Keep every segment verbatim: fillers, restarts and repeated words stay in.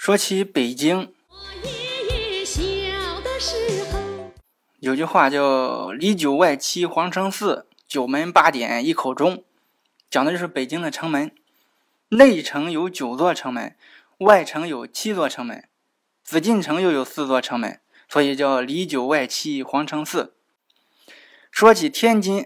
说起北京，有句话叫里九外七皇城四，九门八点一口钟，讲的就是北京的城门。内城有九座城门，外城有七座城门，紫禁城又有四座城门，所以叫里九外七皇城四。说起天津，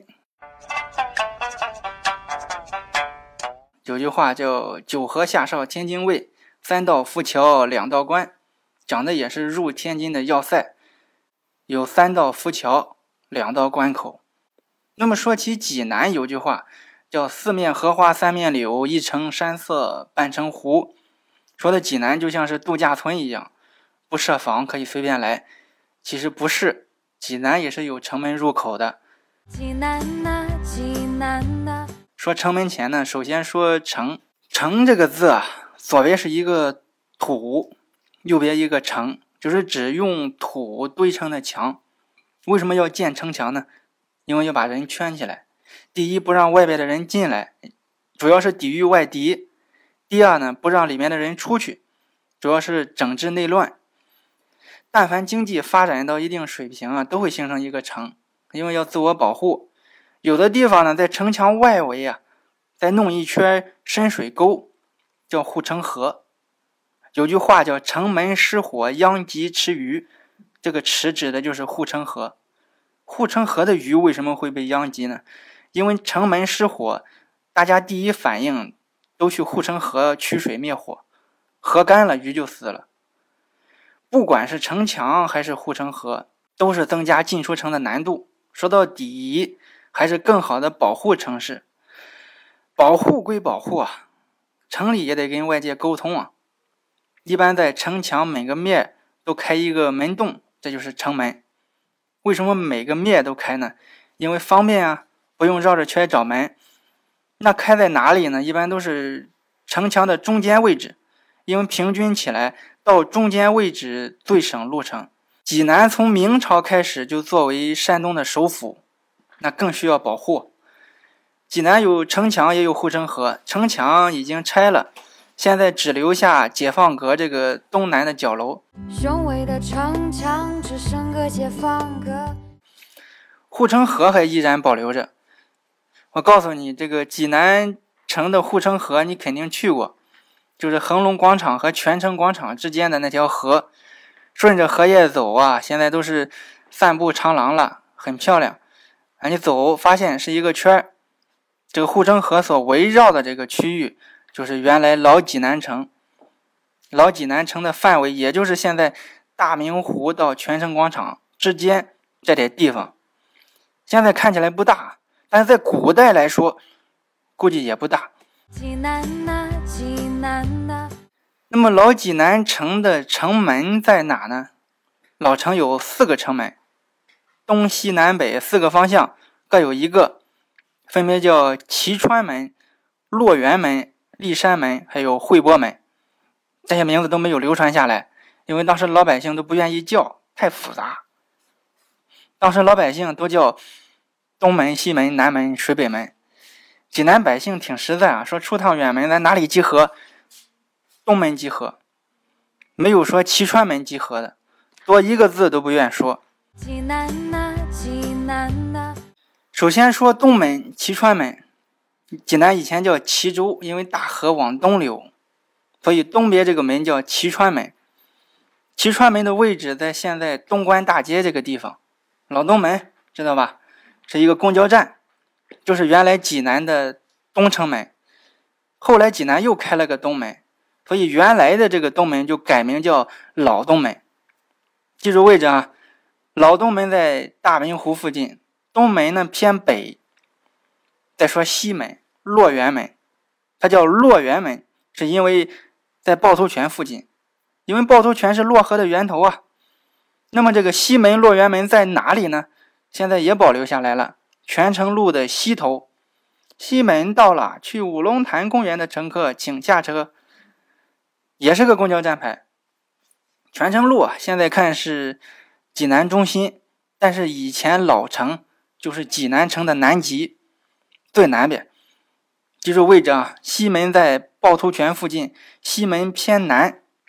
有句话叫九河下哨天津卫，三道浮桥两道关，讲的也是入天津的要塞，有三道浮桥两道关口。那么说起济南，有句话叫四面荷花三面柳，一城山色半城湖，说的济南就像是度假村一样，不设防可以随便来。其实不是，济南也是有城门入口的。济南啊济南啊，说城门前呢，首先说城。城这个字啊，左边是一个土，右边一个城，就是指用土堆成的墙。为什么要建城墙呢？因为要把人圈起来。第一，不让外边的人进来，主要是抵御外敌；第二呢，不让里面的人出去，主要是整治内乱。但凡经济发展到一定水平啊，都会形成一个城，因为要自我保护。有的地方呢，在城墙外围啊，再弄一圈深水沟，叫护城河。有句话叫城门失火，殃及池鱼，这个池指的就是护城河。护城河的鱼为什么会被殃及呢？因为城门失火，大家第一反应都去护城河取水灭火，河干了鱼就死了。不管是城墙还是护城河，都是增加进出城的难度，说到底还是更好的保护城市。保护归保护啊，城里也得跟外界沟通啊。一般在城墙每个面都开一个门洞，这就是城门。为什么每个面都开呢？因为方便啊，不用绕着圈找门。那开在哪里呢？一般都是城墙的中间位置，因为平均起来到中间位置最省路程。济南从明朝开始就作为山东的首府，那更需要保护。济南有城墙也有护城河，城墙已经拆了，现在只留下解放阁这个东南的角楼。雄伟的城墙只剩个解放阁，护城河还依然保留着。我告诉你，这个济南城的护城河你肯定去过，就是恒隆广场和泉城广场之间的那条河，顺着河叶走啊，现在都是散步长廊了，很漂亮啊。你走发现是一个圈，这个护城河所围绕的这个区域就是原来老济南城。老济南城的范围也就是现在大明湖到泉城广场之间这点地方，现在看起来不大，但是在古代来说估计也不大。济南啊济南啊，那么老济南城的城门在哪呢？老城有四个城门，东西南北四个方向各有一个，分别叫蕲川门、洛源门、骊山门还有会波门。这些名字都没有流传下来，因为当时老百姓都不愿意叫，太复杂。当时老百姓都叫东门、西门、南门、水北门。济南百姓挺实在啊，说出趟远门咱哪里集合？东门集合，没有说蕲川门集合的，多一个字都不愿说。济南啊济南啊，首先说东门蕲川门。济南以前叫蕲州，因为大河往东流，所以东边这个门叫蕲川门。蕲川门的位置在现在东关大街这个地方，老东门知道吧？是一个公交站，就是原来济南的东城门。后来济南又开了个东门，所以原来的这个东门就改名叫老东门。记住位置啊，老东门在大明湖附近，东门呢偏北。再说西门洛源门，它叫洛源门，是因为在趵突泉附近，因为趵突泉是洛河的源头啊。那么这个西门洛源门在哪里呢？现在也保留下来了，泉城路的西头。西门到了，去五龙潭公园的乘客请下车，也是个公交站牌。泉城路啊，现在看是济南中心，但是以前老城就是济南城的南极，最南边。记住位置啊，西门在趵突泉附近，西门偏南，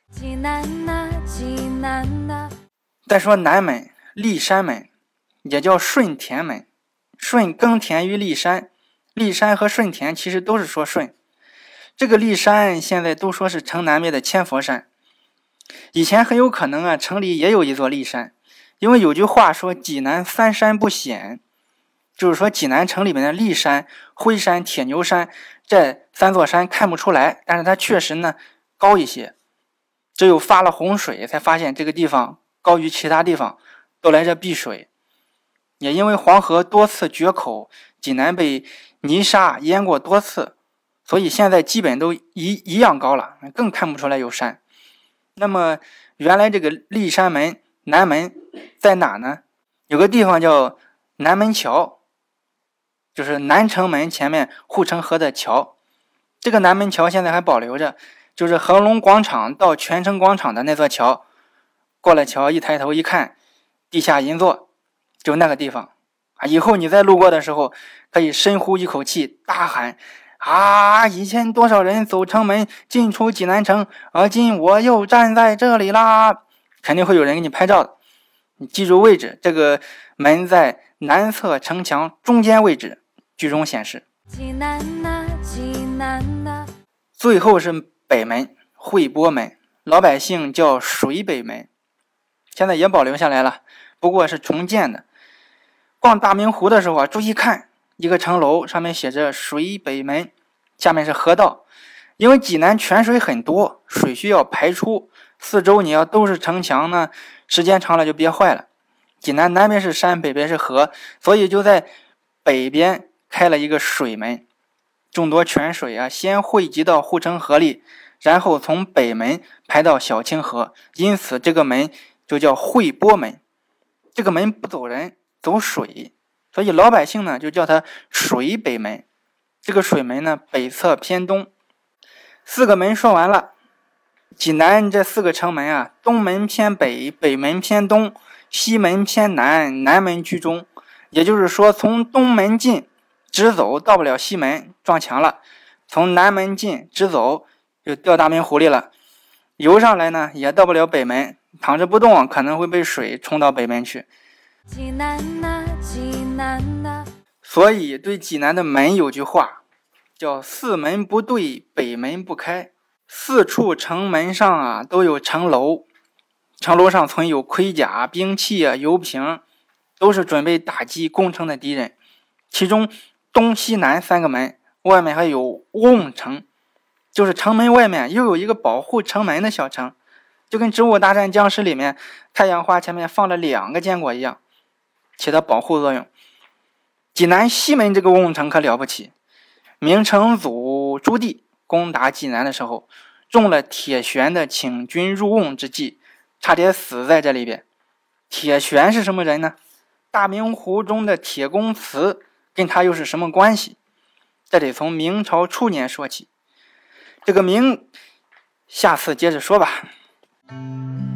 济南呐，济南呐。 再说南门，骊山门，也叫顺田门。舜耕田于骊山，骊山和顺田其实都是说舜。这个骊山现在都说是城南面的千佛山，以前很有可能啊，城里也有一座骊山，因为有句话说济南三山不显，就是说济南城里面的骊山、辉山、铁牛山这三座山看不出来，但是它确实呢高一些，只有发了洪水才发现这个地方高于其他地方，都来这避水。也因为黄河多次决口，济南被泥沙淹过多次，所以现在基本都一一样高了，更看不出来有山。那么原来这个骊山门南门在哪呢？有个地方叫南门桥，就是南城门前面护城河的桥。这个南门桥现在还保留着，就是恒隆广场到泉城广场的那座桥。过了桥一抬头一看，地下银座，就那个地方啊！以后你在路过的时候，可以深呼一口气，大喊啊！以前多少人走城门进出济南城，而今我又站在这里啦！肯定会有人给你拍照的。你记住位置，这个门在南侧城墙中间位置，剧中显示。 济南呐，济南呐。 最后是北门，会波门，老百姓叫水北门，现在也保留下来了，不过是重建的。逛大明湖的时候啊，注意看一个城楼，上面写着水北门，下面是河道。因为济南泉水很多，水需要排出，四周你要都是城墙呢，时间长了就憋坏了。济南南边是山，北边是河，所以就在北边开了一个水门，众多泉水啊先汇集到护城河里，然后从北门排到小清河，因此这个门就叫会波门。这个门不走人，走水，所以老百姓呢就叫它水北门。这个水门呢北侧偏东。四个门说完了，济南这四个城门啊，东门偏北，北门偏东，西门偏南，南门居中。也就是说，从东门进直走到不了西门，撞墙了；从南门进直走就掉大明湖里了。游上来呢也到不了北门，躺着不动可能会被水冲到北门去。 济南呐，济南呐。 所以对济南的门有句话叫四门不对，北门不开。四处城门上啊都有城楼，城楼上存有盔甲、兵器啊、油瓶，都是准备打击攻城的敌人。其中东西南三个门外面还有瓮城，就是城门外面又有一个保护城门的小城，就跟植物大战僵尸里面太阳花前面放了两个坚果一样，起到保护作用。济南西门这个瓮城可了不起，明成祖朱棣攻打济南的时候，中了铁旋的请君入瓮之计，差点死在这里边。铁旋是什么人呢？大明湖中的铁公祠，跟他又是什么关系？这得从明朝初年说起。这个明下次接着说吧。